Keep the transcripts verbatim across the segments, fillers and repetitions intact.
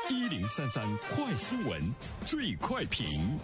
一零三三快新闻最快评。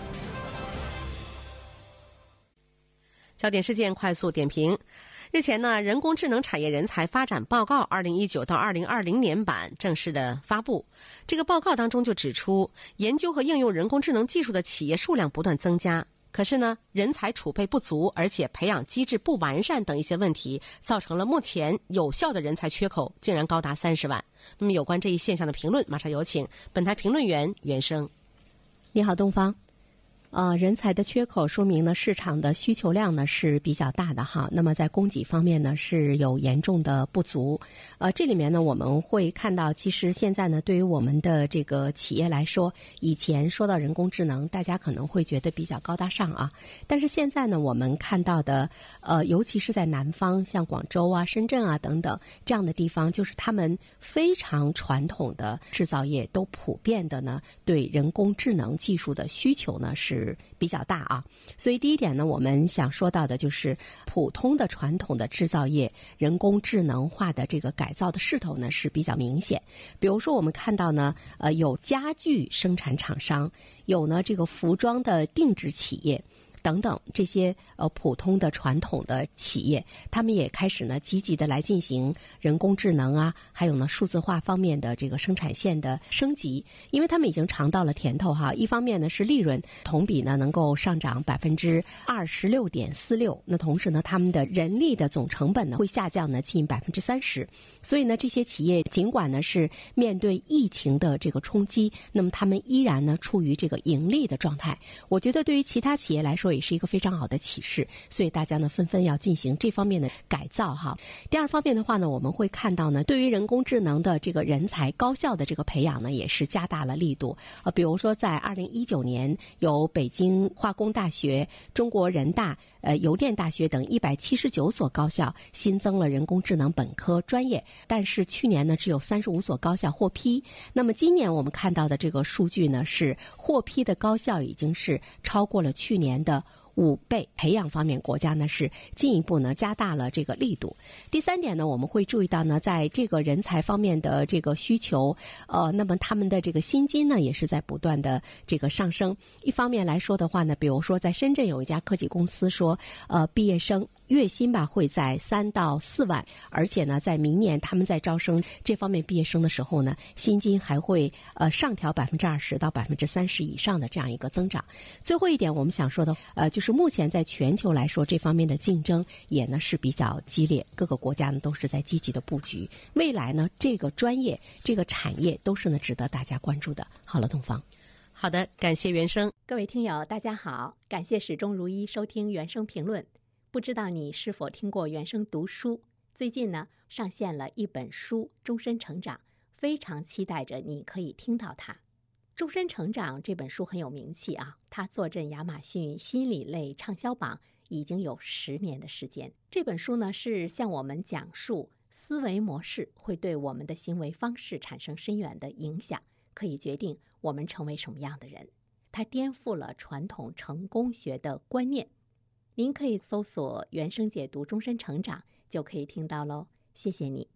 焦点事件快速点评。日前呢，人工智能产业人才发展报告二零一九到二零二零年版正式的发布。这个报告当中就指出，研究和应用人工智能技术的企业数量不断增加，可是呢，人才储备不足，而且培养机制不完善等一些问题，造成了目前有效的人才缺口竟然高达三十万。那么有关这一现象的评论，马上有请本台评论员袁生。 你好，东方。呃，人才的缺口说明呢，市场的需求量呢是比较大的哈。那么在供给方面呢是有严重的不足。呃，这里面呢我们会看到，其实现在呢对于我们的这个企业来说，以前说到人工智能，大家可能会觉得比较高大上啊。但是现在呢，我们看到的，呃，尤其是在南方，像广州啊、深圳啊等等这样的地方，就是他们非常传统的制造业都普遍的呢对人工智能技术的需求呢是比较大啊。所以第一点呢，我们想说到的就是普通的传统的制造业人工智能化的这个改造的势头呢是比较明显。比如说我们看到呢，呃，有家具生产厂商，有呢这个服装的定制企业等等，这些呃普通的传统的企业，他们也开始呢积极的来进行人工智能啊，还有呢数字化方面的这个生产线的升级，因为他们已经尝到了甜头哈。一方面呢是利润同比呢能够上涨百分之二十六点四六，那同时呢他们的人力的总成本呢会下降呢近百分之三十。所以呢这些企业尽管呢是面对疫情的这个冲击，那么他们依然呢处于这个盈利的状态。我觉得对于其他企业来说，也是一个非常好的启示，所以大家呢纷纷要进行这方面的改造哈。第二方面的话呢，我们会看到呢，对于人工智能的这个人才高效的这个培养呢，也是加大了力度。呃，比如说在二零一九年，有北京化工大学、中国人大、呃邮电大学等一百七十九所高校新增了人工智能本科专业，但是去年呢只有三十五所高校获批。那么今年我们看到的这个数据呢，是获批的高校已经是超过了去年的五倍。培养方面，国家呢是进一步呢加大了这个力度。第三点呢，我们会注意到呢，在这个人才方面的这个需求，呃，那么他们的这个薪金呢也是在不断的这个上升。一方面来说的话呢，比如说在深圳有一家科技公司说，呃，毕业生月薪吧会在三到四万，而且呢，在明年他们在招生这方面毕业生的时候呢，薪金还会呃上调百分之二十到百分之三十以上的这样一个增长。最后一点，我们想说的呃，就是目前在全球来说，这方面的竞争也呢是比较激烈，各个国家呢都是在积极的布局。未来呢，这个专业、这个产业都是呢值得大家关注的。好了，东方。 好的，感谢袁生。 各位听友，大家好，感谢始终如一收听原声评论。不知道你是否听过原声读书？最近呢，上线了一本书《终身成长》，非常期待着你可以听到它。《终身成长》这本书很有名气啊，它坐镇亚马逊心理类畅销榜已经有十年的时间。这本书呢，是向我们讲述思维模式会对我们的行为方式产生深远的影响，可以决定我们成为什么样的人。它颠覆了传统成功学的观念。您可以搜索原声解读终身成长，就可以听到喽。谢谢你。